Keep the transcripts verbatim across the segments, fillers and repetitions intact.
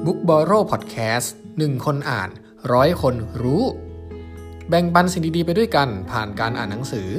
Book Borrow Podcast หนึ่งคนอ่านร้อยคนรู้แบ่งปันสิ่งดีๆไปด้วยกันผ่านการอ่านหนังสือ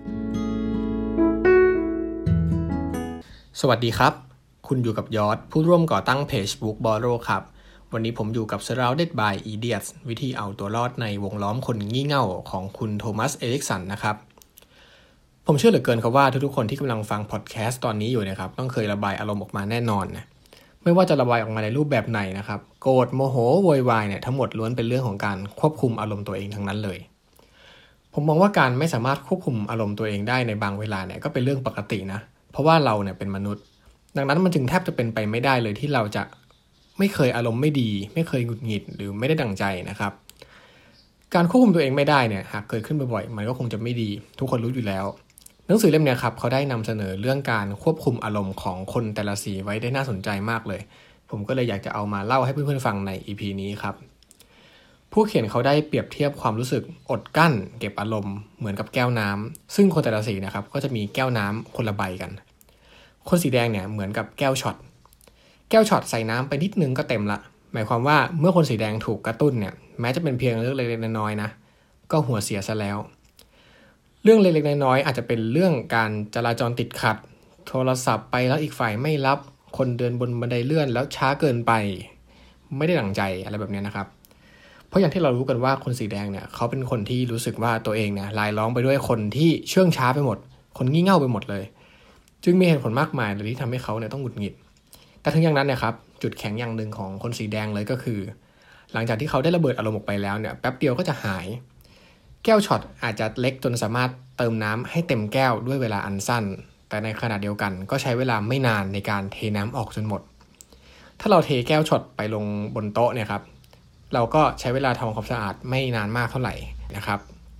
สวัสดีครับคุณอยู่กับยอดผู้ร่วมก่อตั้งเพจ Book Borrow ครับวันนี้ผมอยู่กับ Surrounded by Idiots วิธีเอาตัวรอดในวงล้อมคนงี่เง่าของคุณโทมัสเอริกสันนะครับผมเชื่อเหลือเกินครับว่าทุกๆคนที่กำลังฟังพอดแคสต์ตอนนี้อยู่นะครับต้องเคยระบายอารมณ์ออกมาแน่นอนนะไม่ว่าจะระบายออกมาในรูปแบบไหนนะครับโกรธโมโหโวยวายเนี่ยทั้งหมดล้วนเป็นเรื่องของการควบคุมอารมณ์ตัวเองทั้งนั้นเลยผมมองว่าการไม่สามารถควบคุมอารมณ์ตัวเองได้ในบางเวลาเนี่ยก็เป็นเรื่องปกตินะเพราะว่าเราเนี่ยเป็นมนุษย์ดังนั้นมันจึงแทบจะเป็นไปไม่ได้เลยที่เราจะไม่เคยอารมณ์ไม่ดีไม่เคยหงุดหงิดหรือไม่ได้ดั่งใจนะครับการควบคุมตัวเองไม่ได้เนี่ยหากเกิดขึ้นบ่อยๆมันก็คงจะไม่ดีทุกคนรู้อยู่แล้วหนังสือเล่มนี้ครับเขาได้นำเสนอเรื่องการควบคุมอารมณ์ของคนแต่ละสีไว้ได้น่าสนใจมากเลยผมก็เลยอยากจะเอามาเล่าให้เพื่อนๆฟังใน อี พี นี้ครับผู้เขียนเขาได้เปรียบเทียบความรู้สึกอดกั้นเก็บอารมณ์เหมือนกับแก้วน้ำซึ่งคนแต่ละสีนะครับก็จะมีแก้วน้ำคนละใบกันคนสีแดงเนี่ยเหมือนกับแก้วช็อตแก้วช็อตใส่น้ำไปนิดนึงก็เต็มละหมายความว่าเมื่อคนสีแดงถูกกระตุ้นเนี่ยแม้จะเป็นเพียงเรื่องเล็กๆน้อยๆนะก็หัวเสียซะแล้วเรื่องเล็กๆน้อยๆอาจจะเป็นเรื่องการจราจรติดขัดโทรศัพท์ไปแล้วอีกฝ่ายไม่รับคนเดินบนบันไดเลื่อนแล้วช้าเกินไปไม่ได้ดั่งใจอะไรแบบนี้นะครับเพราะอย่างที่เรารู้กันว่าคนสีแดงเนี่ยเขาเป็นคนที่รู้สึกว่าตัวเองเนี่ยลายล้อมไปด้วยคนที่เชื่องช้าไปหมดคนงี่เง่าไปหมดเลยจึงมีเหตุผลมากมายเลยที่ทำให้เขาเนี่ยต้องหงุดหงิดแต่ถึงอย่างนั้นเนี่ยครับจุดแข็งอย่างหนึ่งของคนสีแดงเลยก็คือหลังจากที่เขาได้ระเบิดอารมณ์ออกไปแล้วเนี่ยแป๊บเดียวก็จะหายแก้วช็อตอาจจะเล็กจนสามารถเติมน้ำให้เต็มแก้วด้วยเวลาอันสั้นแต่ในขณะเดียวกันก็ใช้เวลาไม่นานในการเทน้ำออกจนหมดถ้าเราเทแก้วช็อตไปลงบนโต๊ะเนี่ยครับเราก็ใช้เวลาทำความสะอาดไม่นานมากเท่าไหร่นะครับ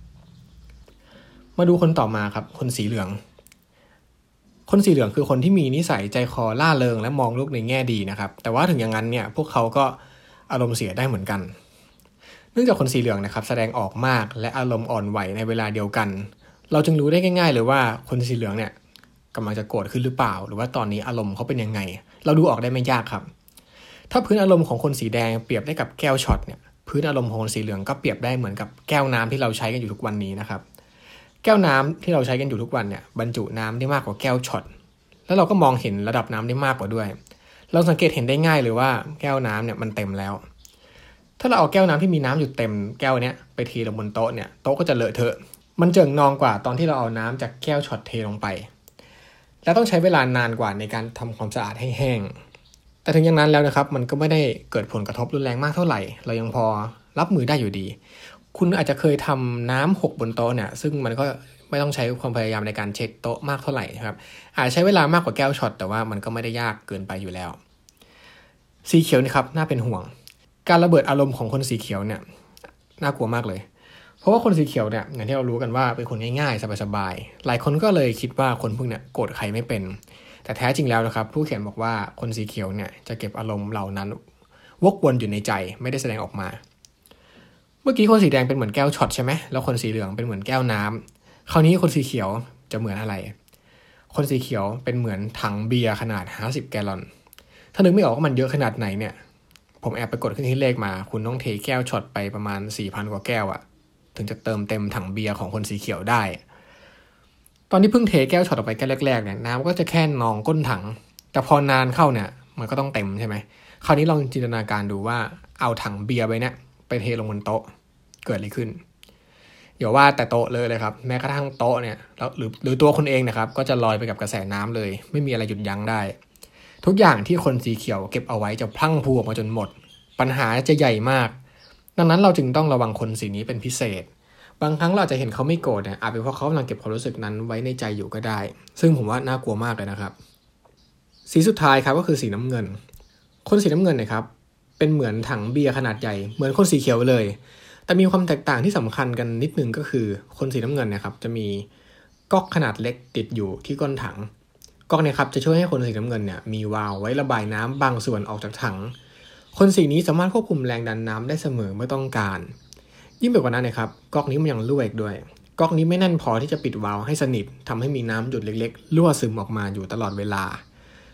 มาดูคนต่อมาครับคนสีเหลืองคนสีเหลืองคือคนที่มีนิสัยใจคอล่าเริงและมองโลกในแง่ดีนะครับแต่ว่าถึงอย่างนั้นเนี่ยพวกเขาก็อารมณ์เสียได้เหมือนกันเนื่องจากคนสีเหลืองนะครับแสดงออกมากและอารมณ์อ่อนไหวในเวลาเดียวกันเราจึงรู้ได้ง่ายๆเลยว่าคนสีเหลืองเนี่ยกำลังจะโกรธขึ้นหรือเปล่าหรือว่าตอนนี้อารมณ์เขาเป็นยังไงเราดูออกได้ไม่ยากครับถ้าพื้นอารมณ์ของคนสีแดงเปรียบได้กับแก้วช็อตเนี่ยพื้นอารมณ์ของคนสีเหลืองก็เปรียบได้เหมือนกับแก้วน้ำที่เราใช้กันอยู่ทุกวันนี้นะครับแก้วน้ำที่เราใช้กันอยู่ทุกวันเนี่ยบรรจุน้ำได้มากกว่าแก้วช็อตแล้วเราก็มองเห็นระดับน้ำได้มากกว่าด้วยเราสังเกตเห็นได้ง่ายเลยว่าแก้วน้ำเนี่ยมันเต็มแล้วถ้าเราเอาแก้วน้ำที่มีน้ำอยู่เต็มแก้วเนี้ยไปเทลงบนโต๊ะเนี่ยโต๊ะก็จะเลอะเทอะมันเจิ่งนองกว่าตอนที่เราเอาน้ำจากแก้วช็อตเทลงไปและต้องใช้เวลานานกว่าในการทำความสะอาดให้แห้งแต่ถึงอย่างนั้นแล้วนะครับมันก็ไม่ได้เกิดผลกระทบรุนแรงมากเท่าไหร่เรายังพอรับมือได้อยู่ดีคุณอาจจะเคยทำน้ำหกบนโต๊ะเนี่ยซึ่งมันก็ไม่ต้องใช้ความพยายามในการเช็ดโต๊ะมากเท่าไหร่ครับอาจใช้เวลามากกว่าแก้วช็อตแต่ว่ามันก็ไม่ได้ยากเกินไปอยู่แล้วสีเขียวนี่ครับน่าเป็นห่วงการระเบิดอารมณ์ของคนสีเขียวเนี่ยน่ากลัวมากเลยเพราะว่าคนสีเขียวเนี่ยอย่างที่เรารู้กันว่าเป็นคนง่ายๆสบายๆหลายคนก็เลยคิดว่าคนพวกเนี่ยโกรธใครไม่เป็นแต่แท้จริงแล้วนะครับผู้เขียนบอกว่าคนสีเขียวเนี่ยจะเก็บอารมณ์เหล่านั้นวกวนอยู่ในใจไม่ได้แสดงออกมาเมื่อกี้คนสีแดงเป็นเหมือนแก้วช็อตใช่ไหมแล้วคนสีเหลืองเป็นเหมือนแก้วน้ำคราวนี้คนสีเขียวจะเหมือนอะไรคนสีเขียวเป็นเหมือนถังเบียร์ขนาดห้าสิบแกลลอนถ้านึกไม่ออกว่ามันเยอะขนาดไหนเนี่ยผมแอบไปกดขึ้นที่เลขมาคุณต้องเทแก้วช็อตไปประมาณ สี่พัน กว่าแก้วอะถึงจะเติมเต็มถังเบียร์ของคนสีเขียวได้ตอนที่เพิ่งเทแก้วช็อตออกไปแก้วแรกๆเนี่ยน้ำก็จะแค่นองก้นถังแต่พอนานเข้าเนี่ยมันก็ต้องเต็มใช่ไหมคราวนี้ลองจินตนาการดูว่าเอาถังเบียร์ไปเนี่ยไปเทลงบนโต๊ะเกิดอะไรขึ้นอย่าว่าแต่โต๊ะเลยเลยครับแม้กระทั่งโต๊ะเนี่ยแล้วหรือหรือตัวคนเองนะครับก็จะลอยไปกับกระแสน้ำเลยไม่มีอะไรหยุดยั้งได้ทุกอย่างที่คนสีเขียวเก็บเอาไว้จะพลั่งพลูออกมาจนหมดปัญหาจะใหญ่มากดังนั้นเราจึงต้องระวังคนสีนี้เป็นพิเศษบางครั้งเราจะเห็นเขาไม่โกรธเนี่ยอาจเป็นเพราะเขากำลังเก็บความรู้สึกนั้นไว้ในใจอยู่ก็ได้ซึ่งผมว่าน่ากลัวมากเลยนะครับสีสุดท้ายครับก็คือสีน้ำเงินคนสีน้ำเงินเนี่ยครับเป็นเหมือนถังเบียร์ขนาดใหญ่เหมือนคนสีเขียวเลยแต่มีความแตกต่างที่สำคัญกันนิดนึงก็คือคนสีน้ำเงินนะครับจะมีก๊อกขนาดเล็กติดอยู่ที่ก้นถังก๊อกเนี่ยครับจะช่วยให้คนสีน้ำเงินเนี่ยมีวาล์วไว้ระบายน้ำบางส่วนออกจากถังคนสีนี้สามารถควบคุมแรงดันน้ำได้เสมอเมื่อต้องการยิ่งไปกว่านั้นนะครับก๊อกนี้มันยังรั่วอีกด้วยก๊อกนี้ไม่แน่นพอที่จะปิดวาล์วให้สนิททำให้มีน้ำหยดเล็กๆรั่วซึมออกมาอยู่ตลอดเวลา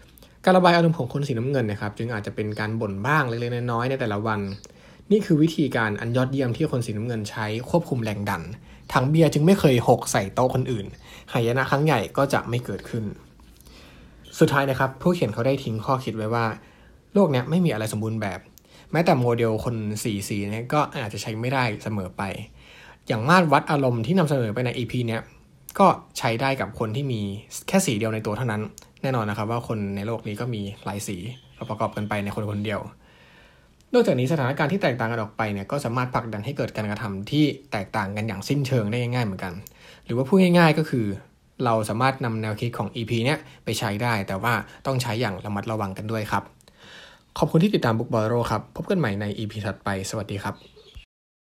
การระบายอารมณ์ของคนสีน้ำเงินนะครับจึงอาจจะเป็นการบ่นบ้างเล็กๆน้อยๆในแต่ละวันนี่คือวิธีการอันยอดเยี่ยมที่คนสีน้ำเงินใช้ควบคุมแรงดันถังเบียร์จึงไม่เคยหกใส่โต๊ะคนอื่นหายนะครั้งใหญ่ก็จะไม่เกิดขึ้นสุดท้ายนะครับผู้เขียนเขาได้ทิ้งข้อคิดไว้ว่าโลกนี้ไม่มีอะไรสมบูรณ์แบบแม้แต่โมเดลคนสีสีเนี่ยก็อาจจะใช้ไม่ได้เสมอไปอย่างมาตรวัดอารมณ์ที่นำเสนอไปใน อี พี เนี้ยก็ใช้ได้กับคนที่มีแค่สีเดียวในตัวเท่านั้นแน่นอนนะครับว่าคนในโลกนี้ก็มีหลายสีประกอบกันไปในคนคนเดียวนอกจากนี้สถานการณ์ที่แตกต่างกันออกไปเนี่ยก็สามารถผลักดันให้เกิดการกระทำที่แตกต่างกันอย่างสิ้นเชิงได้ง่ายๆเหมือนกันหรือว่าพูดง่ายๆก็คือเราสามารถนำแนวคิดของ อี พี เนี้ยไปใช้ได้แต่ว่าต้องใช้อย่างระมัดระวังกันด้วยครับขอบคุณที่ติดตาม Book Borrow ครับพบกันใหม่ใน อี พี ถัดไปสวัสดีครับ